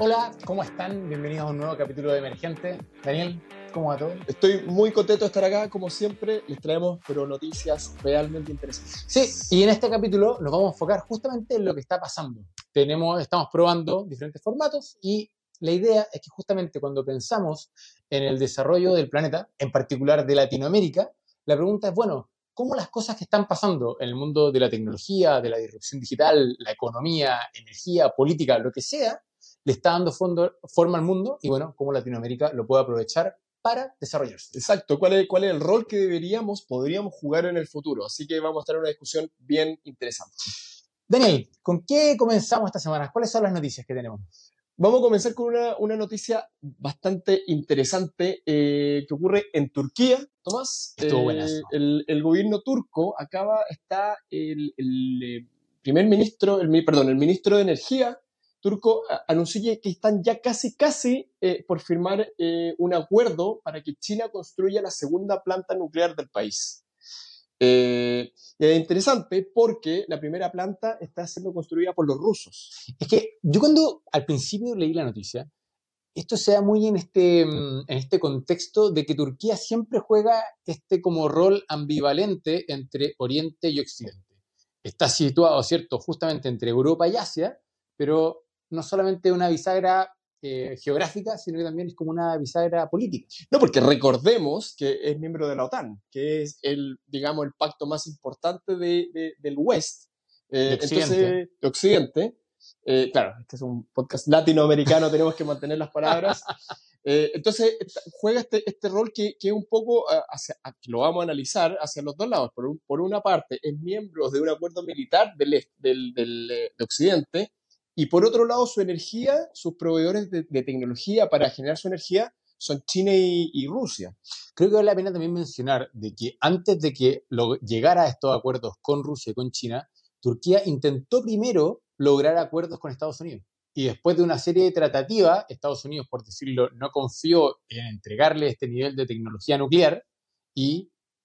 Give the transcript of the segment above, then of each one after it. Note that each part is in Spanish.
Hola, ¿cómo están? Bienvenidos a un nuevo capítulo de Emergente. Daniel, ¿cómo va todo? Estoy muy contento de estar acá, como siempre. Les traemos noticias realmente interesantes. Sí, y en este capítulo nos vamos a enfocar justamente en lo que está pasando. Estamos probando diferentes formatos y la idea es que justamente cuando pensamos en el desarrollo del planeta, en particular de Latinoamérica, la pregunta es, bueno, ¿cómo las cosas que están pasando en el mundo de la tecnología, de la disrupción digital, la economía, energía, política, lo que sea, le está dando forma al mundo y, bueno, cómo Latinoamérica lo puede aprovechar para desarrollarse? Exacto, ¿cuál es el rol que podríamos jugar en el futuro? Así que vamos a tener una discusión bien interesante. Daniel, ¿con qué comenzamos esta semana? ¿Cuáles son las noticias que tenemos? Vamos a comenzar con una noticia bastante interesante que ocurre en Turquía, Tomás. Estuvo buenazo. El gobierno turco está el primer ministro, el ministro de Energía turco anunció que están ya casi por firmar un acuerdo para que China construya la segunda planta nuclear del país. Y es interesante porque la primera planta está siendo construida por los rusos. Es que yo cuando al principio leí la noticia, esto se da muy en este contexto de que Turquía siempre juega como rol ambivalente entre Oriente y Occidente. Está situado, ¿cierto?, justamente entre Europa y Asia, pero no solamente una bisagra geográfica, sino que también es como una bisagra política. No, porque recordemos que es miembro de la OTAN, que es el pacto más importante del West, De Occidente. de Occidente. Claro, este es un podcast latinoamericano, tenemos que mantener las palabras. Entonces, juega este rol que es un poco, lo vamos a analizar hacia los dos lados. Por una parte, es miembro de un acuerdo militar de Occidente, y por otro lado, su energía, sus proveedores de tecnología para generar su energía son China y Rusia. Creo que vale la pena también mencionar de que antes de que llegara a estos acuerdos con Rusia y con China, Turquía intentó primero lograr acuerdos con Estados Unidos. Y después de una serie de tratativas, Estados Unidos, por decirlo, no confió en entregarle este nivel de tecnología nuclear y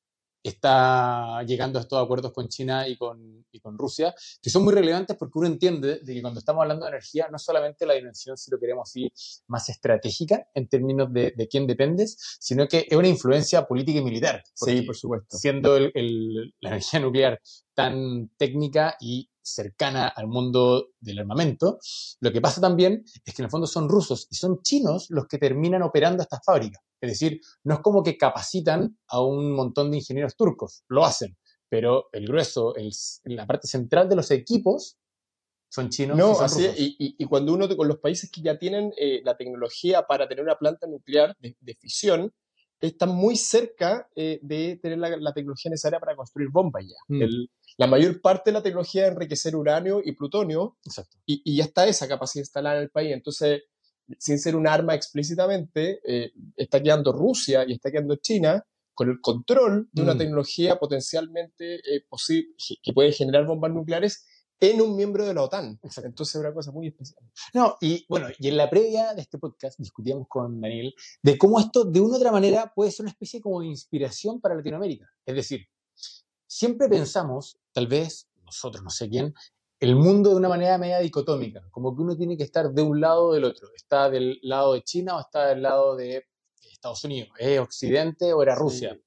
está llegando a estos acuerdos con China y con Rusia, que son muy relevantes porque uno entiende de que cuando estamos hablando de energía, no solamente la dimensión, si lo queremos decir, más estratégica en términos de quién dependes, sino que es una influencia política y militar. Sí, por supuesto. Siendo la energía nuclear tan técnica y cercana al mundo del armamento, lo que pasa también es que en el fondo son rusos y son chinos los que terminan operando estas fábricas. Es decir, no es como que capacitan a un montón de ingenieros turcos, lo hacen, pero el grueso, la parte central de los equipos son chinos y son rusos. Y cuando uno con los países que ya tienen la tecnología para tener una planta nuclear de fisión, están muy cerca de tener la tecnología necesaria para construir bombas ya. La mayor parte de la tecnología es enriquecer uranio y plutonio. Exacto. Y ya está esa capacidad instalada en el país. Entonces, sin ser un arma explícitamente, está quedando Rusia y está quedando China con el control de una tecnología potencialmente posible que puede generar bombas nucleares en un miembro de la OTAN. Exacto. Entonces es una cosa muy especial. No, y bueno, y en la previa de este podcast discutíamos con Daniel de cómo esto de una u otra manera puede ser una especie como de inspiración para Latinoamérica. Es decir, siempre pensamos, tal vez nosotros, no sé quién, el mundo de una manera media dicotómica, como que uno tiene que estar de un lado o del otro. ¿Está del lado de China o está del lado de Estados Unidos? ¿Es Occidente o era Rusia?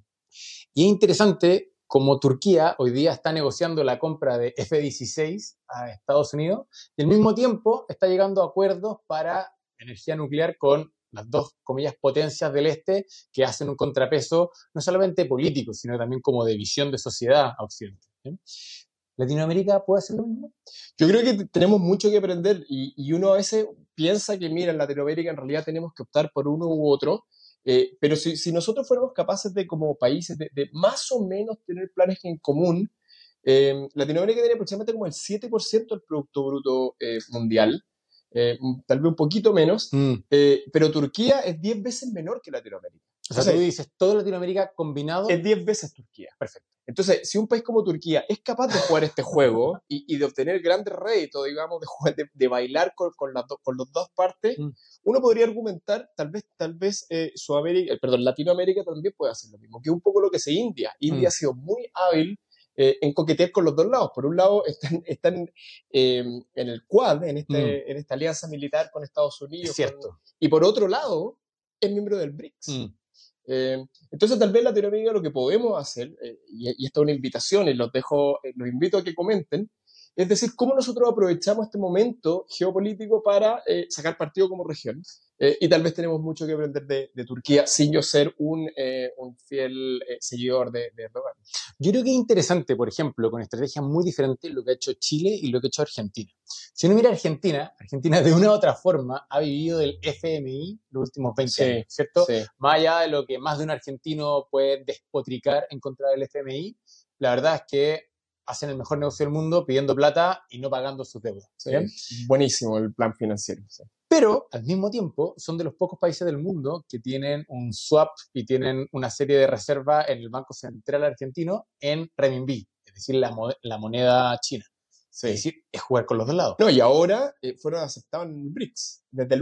Sí. Y es interesante como Turquía hoy día está negociando la compra de F-16 a Estados Unidos y al mismo tiempo está llegando a acuerdos para energía nuclear con las dos, comillas, potencias del este que hacen un contrapeso no solamente político, sino también como de visión de sociedad a Occidente. ¿Sí? ¿Latinoamérica puede hacer lo mismo? Yo creo que tenemos mucho que aprender y uno a veces piensa que, mira, en Latinoamérica en realidad tenemos que optar por uno u otro, pero si nosotros fuéramos capaces de, como países, de más o menos tener planes en común, Latinoamérica tiene aproximadamente como el 7% del Producto Bruto mundial, tal vez un poquito menos, pero Turquía es 10 veces menor que Latinoamérica. O sea, tú dices, toda Latinoamérica combinado es 10 veces Turquía. Perfecto. Entonces, si un país como Turquía es capaz de jugar este juego y de obtener grandes réditos, digamos, de bailar con las dos partes, uno podría argumentar, tal vez Latinoamérica también puede hacer lo mismo, que es un poco lo que hace India. India ha sido muy hábil en coquetear con los dos lados. Por un lado, están en el Quad, en esta alianza militar con Estados Es Unidos. cierto. Y por otro lado, es miembro del BRICS. Entonces, tal vez Latinoamérica lo que podemos hacer, y esta es una invitación, y los invito a que comenten, es decir, cómo nosotros aprovechamos este momento geopolítico para sacar partido como región. Y tal vez tenemos mucho que aprender de Turquía, sin yo ser un fiel seguidor de Erdogan. Yo creo que es interesante, por ejemplo, con estrategias muy diferentes, lo que ha hecho Chile y lo que ha hecho Argentina. Si uno mira a Argentina de una u otra forma ha vivido del FMI los últimos 20 años, ¿cierto? Sí. Más allá de lo que más de un argentino puede despotricar en contra del FMI, la verdad es que hacen el mejor negocio del mundo pidiendo plata y no pagando sus deudas. Sí. Buenísimo el plan financiero. Sí. Pero, al mismo tiempo, son de los pocos países del mundo que tienen un swap y tienen una serie de reservas en el Banco Central argentino en renminbi, es decir, la moneda china. Sí. Es decir, es jugar con los dos lados. No, y ahora fueron aceptados en el BRICS. Desde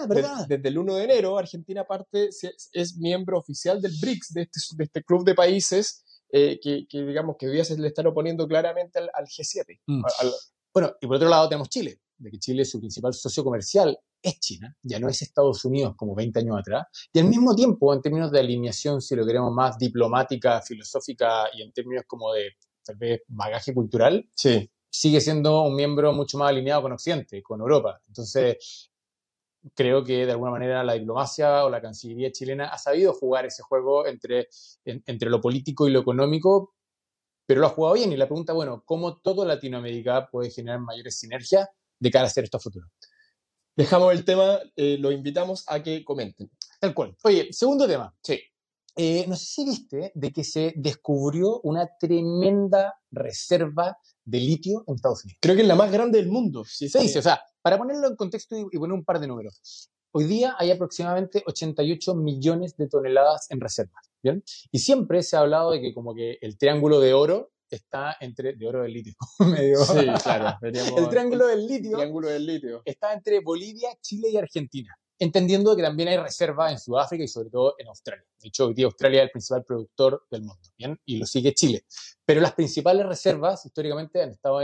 el 1 de enero, Argentina es miembro oficial del BRICS, de este club de países que digamos que hoy día se le están oponiendo claramente al G7. Bueno, y por otro lado tenemos Chile, de que Chile, su principal socio comercial es China, ya no es Estados Unidos como 20 años atrás, y al mismo tiempo, en términos de alineación, si lo queremos más diplomática, filosófica y en términos como de, tal vez, bagaje cultural, sí, sigue siendo un miembro mucho más alineado con Occidente, con Europa. Entonces, creo que de alguna manera la diplomacia o la Cancillería chilena ha sabido jugar ese juego entre lo político y lo económico, pero lo ha jugado bien. Y la pregunta, bueno, ¿cómo todo Latinoamérica puede generar mayores sinergias de cara a hacer esto a futuro? Dejamos el tema, los invitamos a que comenten. Tal cual. Oye, segundo tema. Sí. No sé si viste de que se descubrió una tremenda reserva de litio en Estados Unidos. Creo que es la más grande del mundo. Sí, se dice, o sea, para ponerlo en contexto y poner un par de números. Hoy día hay aproximadamente 88 millones de toneladas en reservas, ¿bien? Y siempre se ha hablado de que como que el triángulo de oro está de oro del litio. Medio. Sí, claro. El triángulo del litio está entre Bolivia, Chile y Argentina, entendiendo que también hay reservas en Sudáfrica y sobre todo en Australia. De hecho, hoy día Australia es el principal productor del mundo, ¿bien? Y lo sigue Chile. Pero las principales reservas históricamente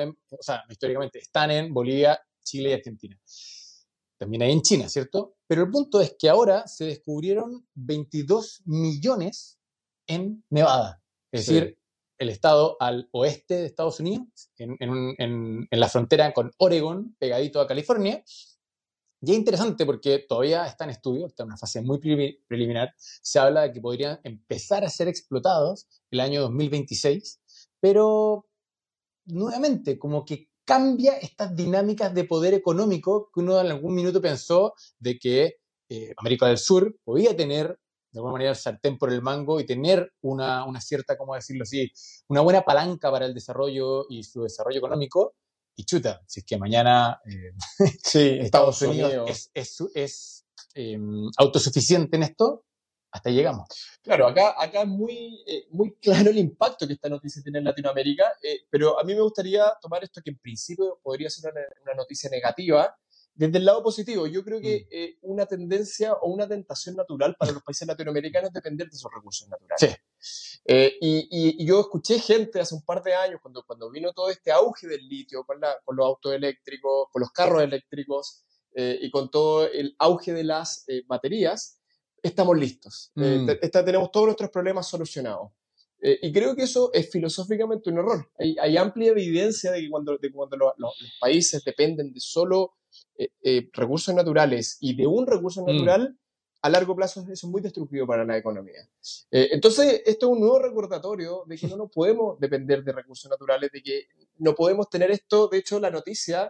están en Bolivia, Chile y Argentina. También hay en China, ¿cierto? Pero el punto es que ahora se descubrieron 22 millones en Nevada. Es decir, el estado al oeste de Estados Unidos, en la frontera con Oregon, pegadito a California. Y es interesante porque todavía está en estudio, está en una fase muy preliminar. Se habla de que podrían empezar a ser explotados el año 2026, pero nuevamente, como que cambia estas dinámicas de poder económico que uno en algún minuto pensó de que América del Sur podía tener de alguna manera el sartén por el mango y tener una cierta, ¿cómo decirlo así?, una buena palanca para el desarrollo y su desarrollo económico. Y chuta, si es que mañana Estados Unidos es autosuficiente en esto, hasta ahí llegamos. Claro, acá es muy claro el impacto que esta noticia tiene en Latinoamérica, pero a mí me gustaría tomar esto que en principio podría ser una noticia negativa, desde el lado positivo. Yo creo que una tendencia o una tentación natural para los países latinoamericanos es depender de esos recursos naturales. Sí. Y yo escuché gente hace un par de años, cuando vino todo este auge del litio, con los autos eléctricos, con los carros eléctricos y con todo el auge de las baterías, estamos listos. Tenemos todos nuestros problemas solucionados. Y creo que eso es filosóficamente un error. Hay amplia evidencia de que cuando los países dependen de solo recursos naturales y de un recurso natural, a largo plazo eso es muy destructivo para la economía. Entonces, esto es un nuevo recordatorio de que no podemos depender de recursos naturales, de que no podemos tener esto. De hecho, la noticia,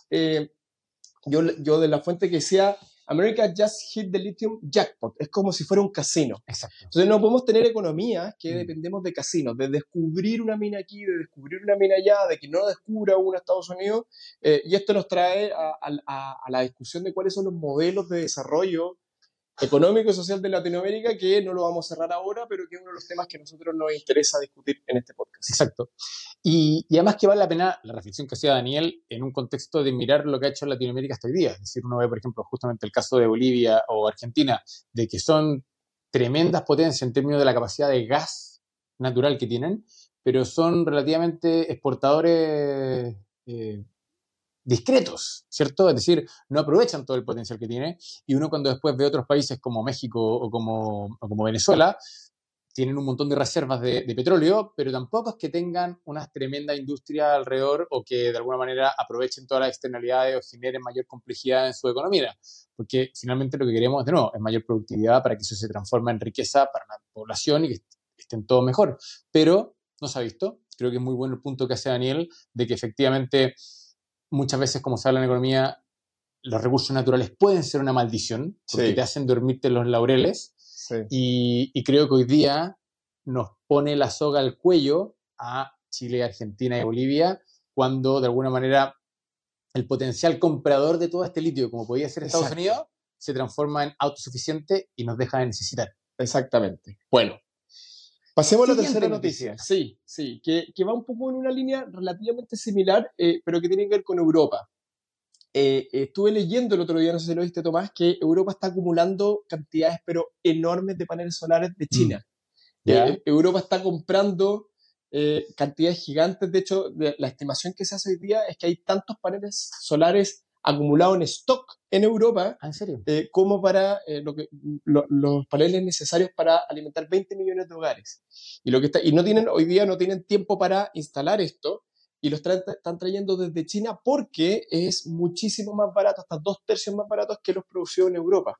yo de la fuente que decía, America just hit the lithium jackpot. Es como si fuera un casino. Exacto. Entonces no podemos tener economías que dependemos de casinos, de descubrir una mina aquí, de descubrir una mina allá, de que no descubra una Estados Unidos. Y esto nos trae a la discusión de cuáles son los modelos de desarrollo económico y social de Latinoamérica, que no lo vamos a cerrar ahora, pero que es uno de los temas que a nosotros nos interesa discutir en este podcast. Exacto. Y además que vale la pena la reflexión que hacía Daniel en un contexto de mirar lo que ha hecho Latinoamérica hasta hoy día. Es decir, uno ve, por ejemplo, justamente el caso de Bolivia o Argentina, de que son tremendas potencias en términos de la capacidad de gas natural que tienen, pero son relativamente exportadores discretos, ¿cierto? Es decir, no aprovechan todo el potencial que tiene, y uno cuando después ve otros países como México o como Venezuela, tienen un montón de reservas de petróleo, pero tampoco es que tengan una tremenda industria alrededor o que de alguna manera aprovechen todas las externalidades o generen mayor complejidad en su economía, porque finalmente lo que queremos, de nuevo, es mayor productividad para que eso se transforme en riqueza para la población y que estén todos mejor, pero no se ha visto. Creo que es muy bueno el punto que hace Daniel de que efectivamente muchas veces, como se habla en economía, los recursos naturales pueden ser una maldición porque Sí, te hacen dormirte en los laureles, sí, y creo que hoy día nos pone la soga al cuello a Chile, Argentina y Bolivia cuando de alguna manera el potencial comprador de todo este litio, como podía ser Estados exacto, Unidos, se transforma en autosuficiente y nos deja de necesitar. exactamente. Bueno, pasemos a la tercera Siguiente noticia. noticia. Sí, sí, que va un poco en una línea relativamente similar, pero que tiene que ver con Europa. Estuve leyendo el otro día, no sé si lo viste, Tomás, que Europa está acumulando cantidades pero enormes de paneles solares de Mm. China. ¿Ya? Europa está comprando cantidades gigantes. De hecho, la estimación que se hace hoy día es que hay tantos paneles solares acumulados en stock en Europa ¿Ah, en serio? como para los paneles necesarios para alimentar 20 millones de hogares. Y no tienen, hoy día no tienen tiempo para instalar esto y los están trayendo desde China porque es muchísimo más barato, hasta 2/3 más baratos que los producidos en Europa.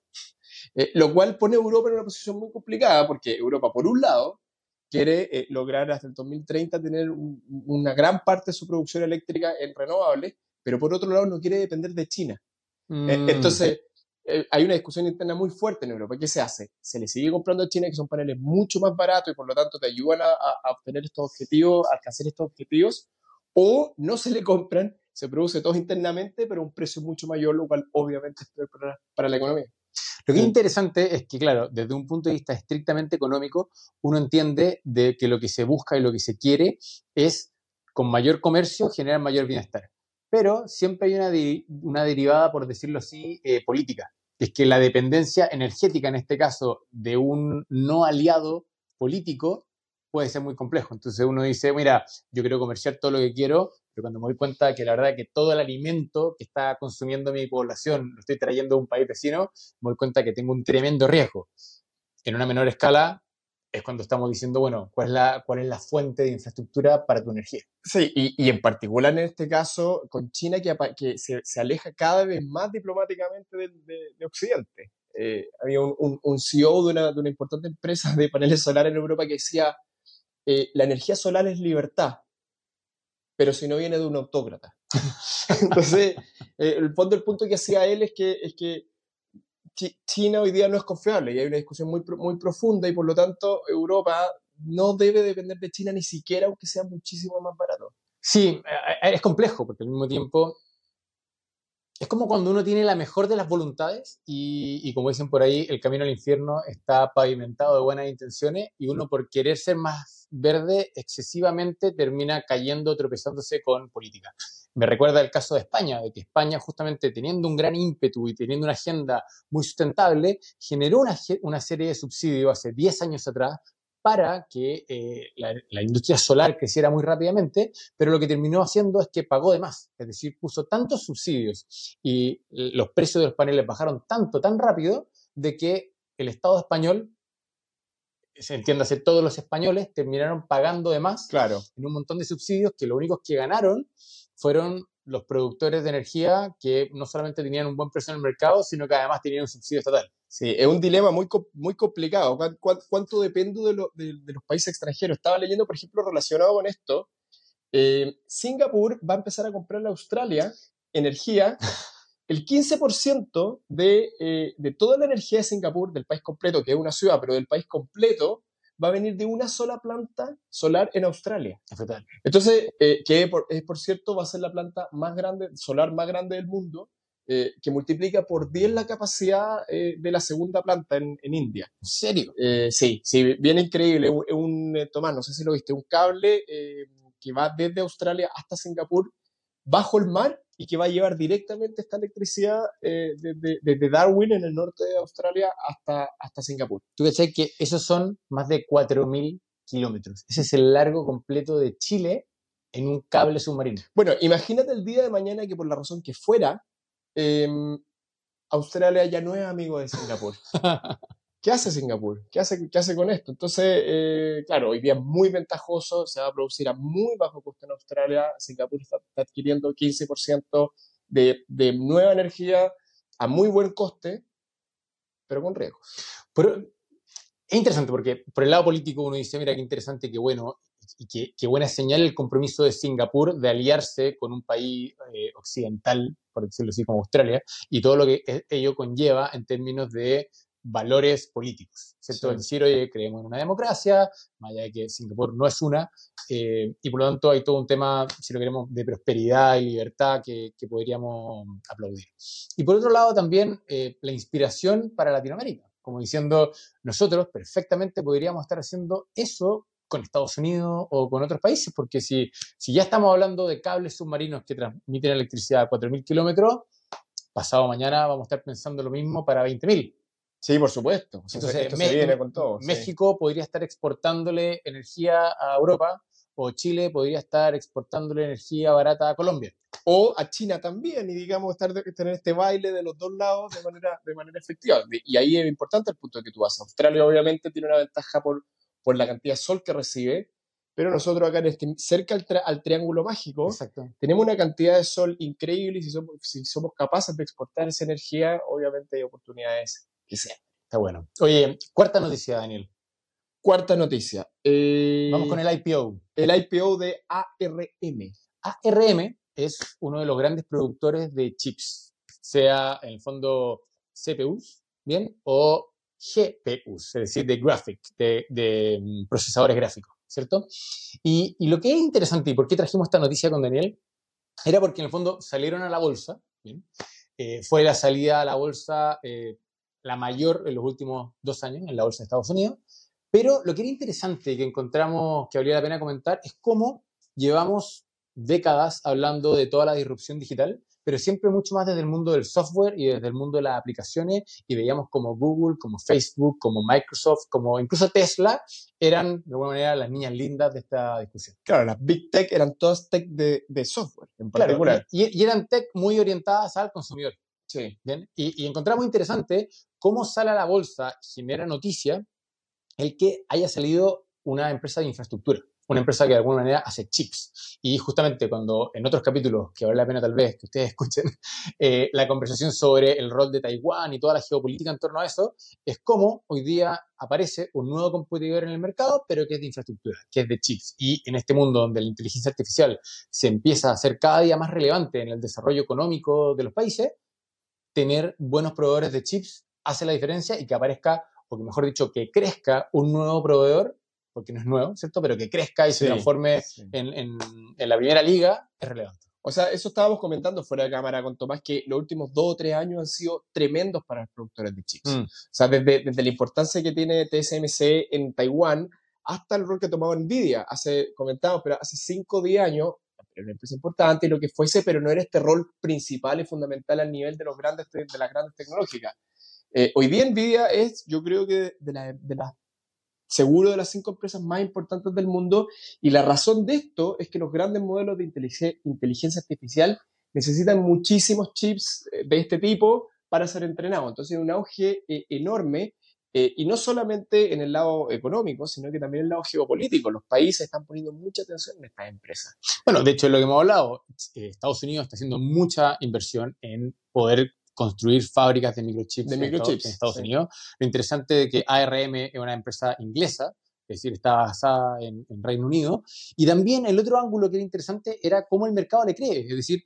Lo cual pone a Europa en una posición muy complicada porque Europa, por un lado, quiere lograr hasta el 2030 tener una gran parte de su producción eléctrica en renovables, pero por otro lado no quiere depender de China. Mm. Entonces, hay una discusión interna muy fuerte en Europa. ¿Qué se hace? Se le sigue comprando a China, que son paneles mucho más baratos y por lo tanto te ayudan a obtener estos objetivos, a alcanzar estos objetivos, o no se le compran, se produce todo internamente, pero a un precio mucho mayor, lo cual obviamente es peor para la economía. Lo que es Sí, interesante es que, claro, desde un punto de vista estrictamente económico, uno entiende de que lo que se busca y lo que se quiere es, con mayor comercio, generar mayor bienestar. Pero siempre hay una derivada, por decirlo así, política. Es que la dependencia energética, en este caso, de un no aliado político, puede ser muy complejo. Entonces uno dice, mira, yo quiero comerciar todo lo que quiero, pero cuando me doy cuenta que la verdad que todo el alimento que está consumiendo mi población lo estoy trayendo de un país vecino, me doy cuenta que tengo un tremendo riesgo. En una menor escala es cuando estamos diciendo, bueno, ¿cuál es la fuente de infraestructura para tu energía? sí, y en particular en este caso con China que se aleja cada vez más diplomáticamente de Occidente. Había un CEO de una importante empresa de paneles solares en Europa que decía, la energía solar es libertad, pero si no viene de un autócrata. Entonces, el fondo del punto que hacía él es que China hoy día no es confiable y hay una discusión muy profunda y por lo tanto Europa no debe depender de China ni siquiera aunque sea muchísimo más barato. Sí, es complejo, porque al mismo tiempo es como cuando uno tiene la mejor de las voluntades y como dicen por ahí, el camino al infierno está pavimentado de buenas intenciones y uno por querer ser más verde excesivamente termina cayendo, tropezándose con política. Me recuerda el caso de España, de que España justamente teniendo un gran ímpetu y teniendo una agenda muy sustentable, generó una serie de subsidios hace 10 años atrás para que la industria solar creciera muy rápidamente, pero lo que terminó haciendo es que pagó de más, es decir, puso tantos subsidios y los precios de los paneles bajaron tanto, tan rápido, de que el Estado español, se entiéndase, todos los españoles terminaron pagando de más Claro. en un montón de subsidios que los únicos que ganaron fueron los productores de energía que no solamente tenían un buen precio en el mercado, sino que además tenían un subsidio estatal. Sí, es un dilema muy complicado. ¿Cuánto depende de los países extranjeros? Estaba leyendo, por ejemplo, relacionado con esto, Singapur va a empezar a comprarle a Australia energía. El 15% de toda la energía de Singapur, del país completo, que es una ciudad, pero del país completo, va a venir de una sola planta solar en Australia. Estatal. Entonces, por cierto, va a ser la planta más grande, solar más grande del mundo, que multiplica por 10 la capacidad de la segunda planta en India. ¿En serio? Sí, sí, bien increíble. Tomás, no sé si lo viste, un cable que va desde Australia hasta Singapur bajo el mar y que va a llevar directamente esta electricidad desde Darwin, en el norte de Australia, hasta Singapur. Tú ves que esos son más de 4.000 kilómetros. Ese es el largo completo de Chile en un cable submarino. Bueno, imagínate el día de mañana que por la razón que fuera, Australia ya no es amigo de Singapur. ¿Qué hace Singapur? ¿Qué hace con esto? Entonces, claro, hoy día es muy ventajoso, se va a producir a muy bajo costo en Australia. Singapur está adquiriendo 15% de nueva energía a muy buen coste, pero con riesgos. Pero es interesante porque por el lado político uno dice, mira, qué interesante, qué bueno, y qué buena señal el compromiso de Singapur de aliarse con un país occidental, por decirlo así, como Australia, y todo lo que ello conlleva en términos de valores políticos, ¿cierto? Sí. Es decir, oye, creemos en una democracia, más allá de que Singapur no es una, y por lo tanto hay todo un tema, si lo queremos, de prosperidad y libertad que podríamos aplaudir. Y por otro lado también la inspiración para Latinoamérica, como diciendo, nosotros perfectamente podríamos estar haciendo eso con Estados Unidos o con otros países, porque si ya estamos hablando de cables submarinos que transmiten electricidad a 4.000 kilómetros, pasado mañana vamos a estar pensando lo mismo para 20.000. Sí, por supuesto. O sea, Entonces, esto se viene con todo. México podría estar exportándole energía a Europa, o Chile podría estar exportándole energía barata a Colombia. O a China también, y digamos, tener este baile de los dos lados de manera efectiva. Y ahí es importante el punto de que tú vas. Australia obviamente tiene una ventaja por la cantidad de sol que recibe, pero nosotros acá cerca al Triángulo Mágico, Exacto, tenemos una cantidad de sol increíble y si somos capaces de exportar esa energía, obviamente hay oportunidades que sean. está bueno. Oye, cuarta noticia, Daniel. Cuarta noticia. Vamos con el IPO. El IPO de ARM. ARM es uno de los grandes productores de chips, sea en el fondo CPUs, ¿bien? O GPUs, es decir, de procesadores gráficos, ¿cierto? Y lo que es interesante, y por qué trajimos esta noticia con Daniel, era porque en el fondo salieron a la bolsa, ¿bien? Fue la salida a la bolsa la mayor en los últimos 2 años en la bolsa de Estados Unidos, pero lo que era interesante que encontramos que valía la pena comentar es cómo llevamos décadas hablando de toda la disrupción digital, pero siempre mucho más desde el mundo del software y desde el mundo de las aplicaciones, y veíamos como Google, como Facebook, como Microsoft, como incluso Tesla, eran de alguna manera las niñas lindas de esta discusión. Claro, las Big Tech eran todas tech de software en Claro, particular. y eran tech muy orientadas al consumidor. Sí. ¿Bien? Y encontramos interesante cómo sale a la bolsa, genera noticia, el que haya salido una empresa de infraestructura, una empresa que de alguna manera hace chips. Y justamente cuando en otros capítulos, que vale la pena tal vez que ustedes escuchen, la conversación sobre el rol de Taiwán y toda la geopolítica en torno a eso, es como hoy día aparece un nuevo competidor en el mercado, pero que es de infraestructura, que es de chips. Y en este mundo donde la inteligencia artificial se empieza a hacer cada día más relevante en el desarrollo económico de los países, tener buenos proveedores de chips hace la diferencia, y que aparezca, o que mejor dicho, que crezca un nuevo proveedor, porque no es nuevo, ¿cierto? Pero que crezca y se transforme en la primera liga, es relevante. O sea, eso estábamos comentando fuera de cámara con Tomás, que los últimos 2 o 3 años han sido tremendos para los productores de chips. O sea, desde la importancia que tiene TSMC en Taiwán hasta el rol que ha tomado NVIDIA. Comentábamos, pero hace 5 o 10 años era una empresa importante y lo que fuese, pero no era este rol principal y fundamental al nivel de las grandes tecnológicas. Hoy día NVIDIA es, yo creo que seguro de las 5 empresas más importantes del mundo, y la razón de esto es que los grandes modelos de inteligencia artificial necesitan muchísimos chips de este tipo para ser entrenados. Entonces hay un auge enorme, y no solamente en el lado económico, sino que también en el lado geopolítico. Los países están poniendo mucha atención en estas empresas. Bueno, de hecho, lo que hemos hablado, Estados Unidos está haciendo mucha inversión en poder construir fábricas de microchips en Estados Unidos. Lo interesante es que ARM es una empresa inglesa, es decir, está basada en Reino Unido. Y también el otro ángulo que era interesante era cómo el mercado le cree. Es decir,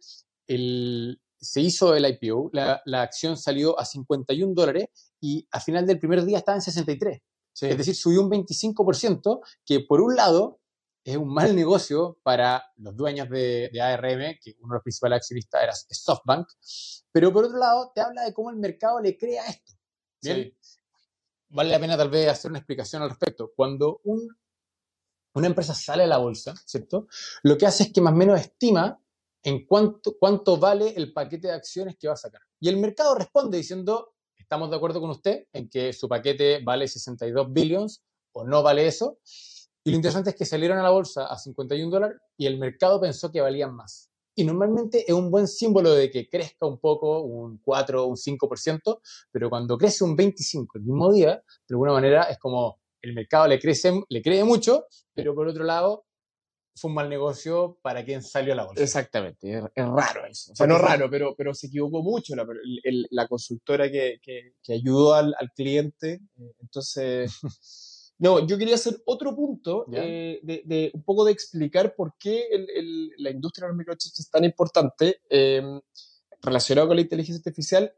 se hizo el IPO, la acción salió a $51 y al final del primer día estaba en 63. Sí. Es decir, subió un 25%, que por un lado es un mal negocio para los dueños de ARM, que uno de los principales accionistas era SoftBank, pero por otro lado te habla de cómo el mercado le cree a esto. ¿Bien? Sí. Vale la pena tal vez hacer una explicación al respecto. Cuando una empresa sale a la bolsa, ¿cierto? Lo que hace es que más o menos estima en cuánto vale el paquete de acciones que va a sacar. Y el mercado responde diciendo, estamos de acuerdo con usted en que su paquete vale 62 billions o no vale eso. Y lo interesante es que salieron a la bolsa a $51 y el mercado pensó que valían más. Y normalmente es un buen símbolo de que crezca un poco, un 4, un 5%, pero cuando crece un 25% el mismo día, de alguna manera es como el mercado le cree mucho, pero por otro lado fue un mal negocio para quien salió a la bolsa. Exactamente, es raro eso. O sea, Porque no fue- raro, pero se equivocó mucho la consultora que ayudó al cliente. Entonces, no, yo quería hacer otro punto ¿Ya? de un poco de explicar por qué la industria de los microchips es tan importante relacionado con la inteligencia artificial.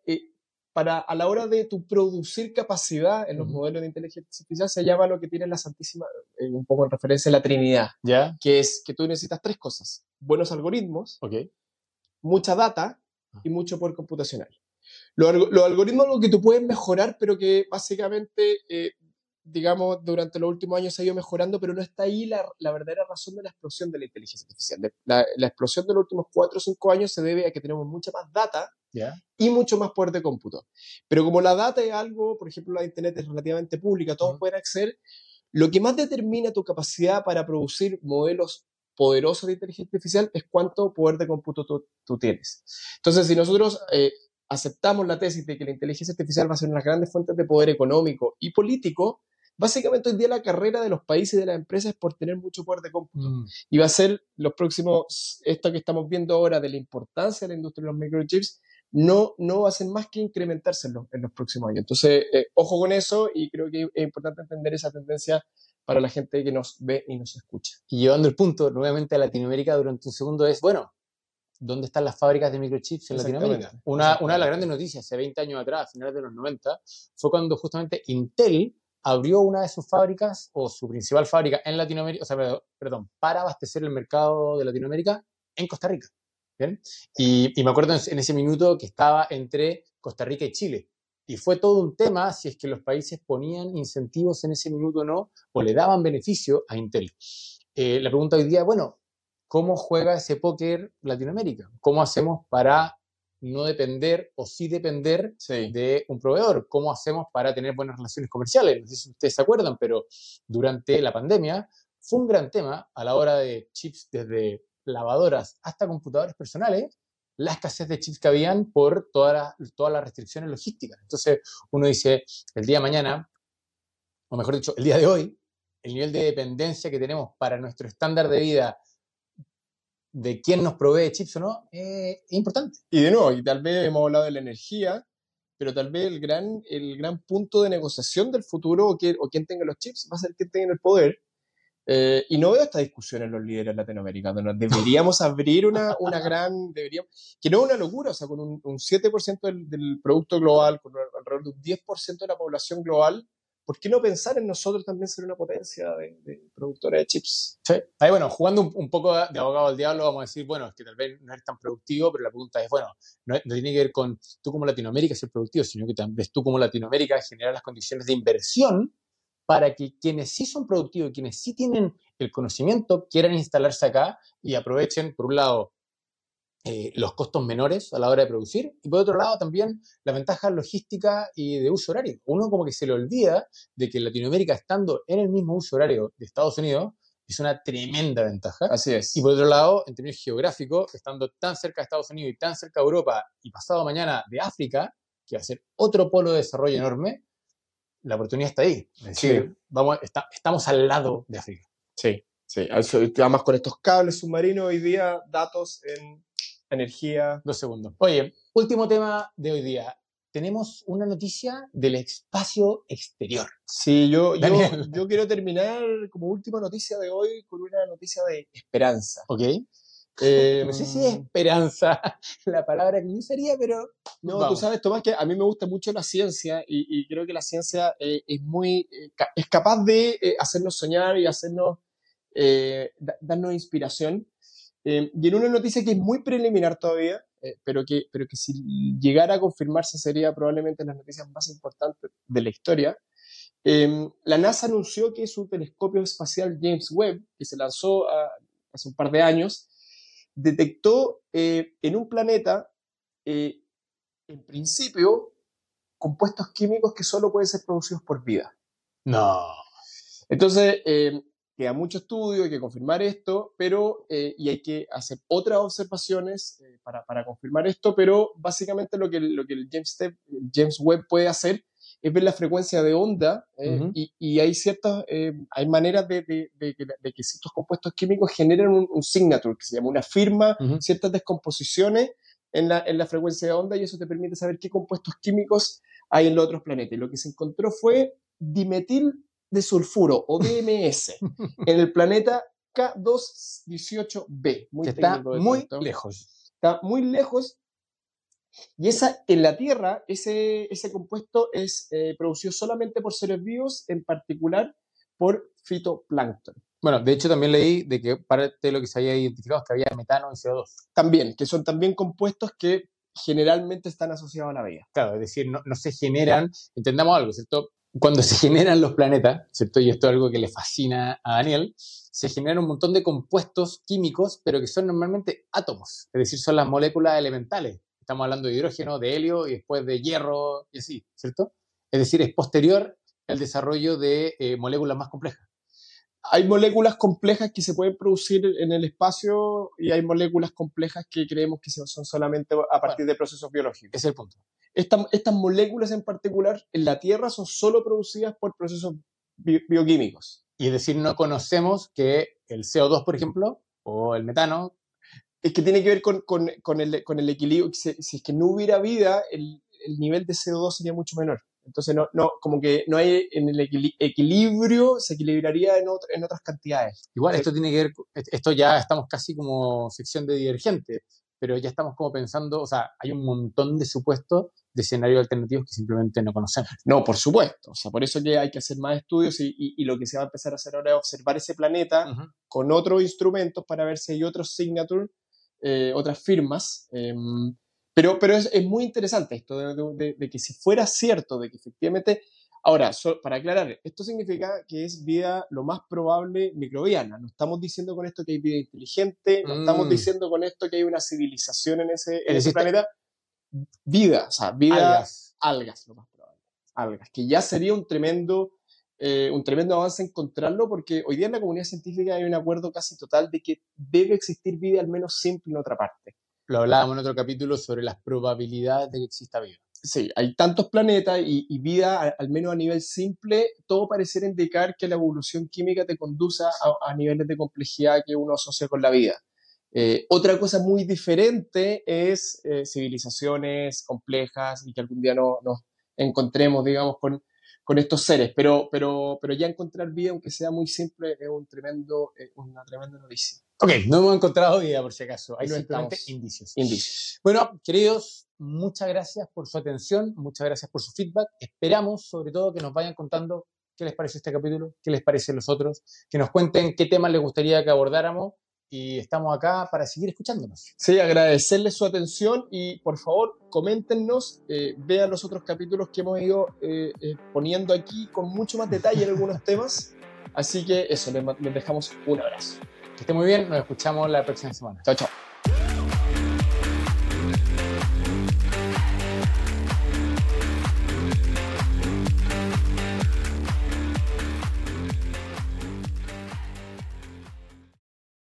A la hora de tu producir capacidad en los modelos de inteligencia artificial se llama lo que tiene la Santísima, un poco en referencia a la Trinidad, ¿Ya? que es que tú necesitas tres cosas: buenos algoritmos, Ok. mucha data y mucho poder computacional. Los algoritmos lo que tú puedes mejorar, pero que básicamente, digamos, durante los últimos años se ha ido mejorando, pero no está ahí la verdadera razón de la explosión de la inteligencia artificial. La explosión de los últimos 4 o 5 años se debe a que tenemos mucha más data ¿Ya? y mucho más poder de cómputo. Pero como la data es algo, por ejemplo, la de Internet es relativamente pública, todos pueden acceder, lo que más determina tu capacidad para producir modelos poderosos de inteligencia artificial es cuánto poder de cómputo tú tienes. Entonces, si nosotros aceptamos la tesis de que la inteligencia artificial va a ser una de las grandes fuentes de poder económico y político, básicamente hoy día la carrera de los países y de las empresas es por tener mucho poder de cómputo. Y va a ser los próximos, esto que estamos viendo ahora de la importancia de la industria de los microchips, no hacen más que incrementarse en los próximos años. Entonces, ojo con eso, y creo que es importante entender esa tendencia para la gente que nos ve y nos escucha. Y llevando el punto nuevamente a Latinoamérica durante un segundo es, bueno, ¿dónde están las fábricas de microchips en Latinoamérica? Una de las grandes noticias hace 20 años atrás, a finales de los 90, fue cuando justamente Intel abrió una de sus fábricas, o su principal fábrica en Latinoamérica, o sea, perdón, para abastecer el mercado de Latinoamérica en Costa Rica. ¿Bien? Y me acuerdo en ese minuto que estaba entre Costa Rica y Chile. Y fue todo un tema si es que los países ponían incentivos en ese minuto o no, o le daban beneficio a Intel. La pregunta hoy día, bueno, ¿cómo juega ese póker Latinoamérica? ¿Cómo hacemos para no depender o sí depender de un proveedor? ¿Cómo hacemos para tener buenas relaciones comerciales? No sé si ustedes se acuerdan, pero durante la pandemia fue un gran tema a la hora de chips desde lavadoras hasta computadores personales, la escasez de chips que habían por todas las restricciones logísticas. Entonces uno dice, el día de mañana, o mejor dicho, el día de hoy, el nivel de dependencia que tenemos para nuestro estándar de vida de quién nos provee chips o no, es importante. Y de nuevo, y tal vez hemos hablado de la energía, pero tal vez el gran punto de negociación del futuro, o quien tenga los chips, va a ser quien tenga el poder. Y no veo esta discusión en los líderes latinoamericanos. Deberíamos abrir que no es una locura, o sea, con un 7% del producto global, con alrededor de un 10% de la población global, ¿por qué no pensar en nosotros también ser una potencia de productora de chips? Sí. Ahí, bueno, jugando un poco de abogado al diablo, vamos a decir, bueno, es que tal vez no es tan productivo, pero la pregunta es, bueno, no tiene que ver con tú como Latinoamérica ser productivo, sino que también tú como Latinoamérica generar las condiciones de inversión para que quienes sí son productivos, quienes sí tienen el conocimiento, quieran instalarse acá y aprovechen, por un lado, los costos menores a la hora de producir y por otro lado también la ventaja logística y de uso horario. Uno como que se le olvida de que Latinoamérica, estando en el mismo uso horario de Estados Unidos, es una tremenda ventaja. Así es. Y por otro lado, en términos geográficos, estando tan cerca de Estados Unidos y tan cerca de Europa y pasado mañana de África, que va a ser otro polo de desarrollo enorme, la oportunidad está ahí. Es decir, estamos al lado de África. Sí, sí. Además con estos cables submarinos hoy día, datos en energía. 2 segundos. Oye, último tema de hoy día. Tenemos una noticia del espacio exterior. Sí, Daniel. yo quiero terminar como última noticia de hoy con una noticia de esperanza. Ok. No sé si es esperanza la palabra que yo usaría, pero no, vamos. Tú sabes, Tomás, que a mí me gusta mucho la ciencia y creo que la ciencia es capaz de hacernos soñar y hacernos darnos inspiración. Y en una noticia que es muy preliminar todavía, pero que si llegara a confirmarse sería probablemente las noticias más importantes de la historia. La NASA anunció que su telescopio espacial James Webb, que se lanzó hace un par de años, detectó en un planeta, en principio, compuestos químicos que solo pueden ser producidos por vida. No. Entonces, queda mucho estudio, hay que confirmar esto, pero, y hay que hacer otras observaciones para confirmar esto, pero básicamente lo que el James Webb puede hacer es ver la frecuencia de onda y hay ciertas, hay maneras de que ciertos compuestos químicos generen un signature, que se llama una firma, ciertas descomposiciones en la frecuencia de onda, y eso te permite saber qué compuestos químicos hay en los otros planetas. Y lo que se encontró fue dimetil de sulfuro, o DMS, en el planeta K218b. Muy está muy lejos. Está muy lejos. Y en la Tierra, ese compuesto es producido solamente por seres vivos, en particular por fitoplancton. Bueno, de hecho también leí de que parte de lo que se había identificado es que había metano y CO2. También, que son también compuestos que generalmente están asociados a la vida. Claro, es decir, no se generan, entendamos algo, ¿cierto? Cuando se generan los planetas, ¿cierto? Y esto es algo que le fascina a Daniel, se generan un montón de compuestos químicos, pero que son normalmente átomos, es decir, son las moléculas elementales. Estamos hablando de hidrógeno, de helio y después de hierro y así, ¿cierto? Es decir, es posterior al desarrollo de moléculas más complejas. Hay moléculas complejas que se pueden producir en el espacio y hay moléculas complejas que creemos que son solamente a partir de procesos biológicos. Ese es el punto. Estas moléculas en particular en la Tierra son solo producidas por procesos bioquímicos. Y es decir, no conocemos que el CO2, por ejemplo, o el metano... Es que tiene que ver con el equilibrio. Si es que no hubiera vida, el nivel de CO2 sería mucho menor. Entonces, como que no hay en el equilibrio, se equilibraría en otras cantidades. Igual, esto tiene que ver, esto ya estamos casi como sección de Divergente, pero ya estamos como pensando, o sea, hay un montón de supuestos de escenarios alternativos que simplemente no conocemos. No, por supuesto. O sea, por eso que hay que hacer más estudios y lo que se va a empezar a hacer ahora es observar ese planeta con otros instrumentos para ver si hay otros signatures, otras firmas. Pero es muy interesante esto de que si fuera cierto, de que efectivamente... Ahora, para aclarar, esto significa que es vida lo más probable microbiana. No estamos diciendo con esto que hay vida inteligente, no estamos diciendo con esto que hay una civilización en ese planeta. Vida, o sea, vida... Algas, lo más probable. Algas, que ya sería un tremendo avance encontrarlo, porque hoy día en la comunidad científica hay un acuerdo casi total de que debe existir vida al menos simple en otra parte. Lo hablábamos en otro capítulo sobre las probabilidades de que exista vida. Sí, hay tantos planetas y vida, al menos a nivel simple, todo pareciera indicar que la evolución química te conduce a niveles de complejidad que uno asocia con la vida. Otra cosa muy diferente es civilizaciones complejas y que algún día nos encontremos, digamos, con estos seres, pero ya encontrar vida, aunque sea muy simple, es una tremenda noticia. Ok, no hemos encontrado vida por si acaso, hay simplemente indicios. Bueno, queridos, muchas gracias por su atención, muchas gracias por su feedback. Esperamos, sobre todo, que nos vayan contando qué les pareció este capítulo, qué les parecen los otros, que nos cuenten qué temas les gustaría que abordáramos, y estamos acá para seguir escuchándonos. Sí, agradecerles su atención y por favor coméntenos, vean los otros capítulos que hemos ido poniendo aquí con mucho más detalle en algunos temas. Así que eso, les dejamos un abrazo. Que esté muy bien, nos escuchamos la próxima semana. Chao, chao.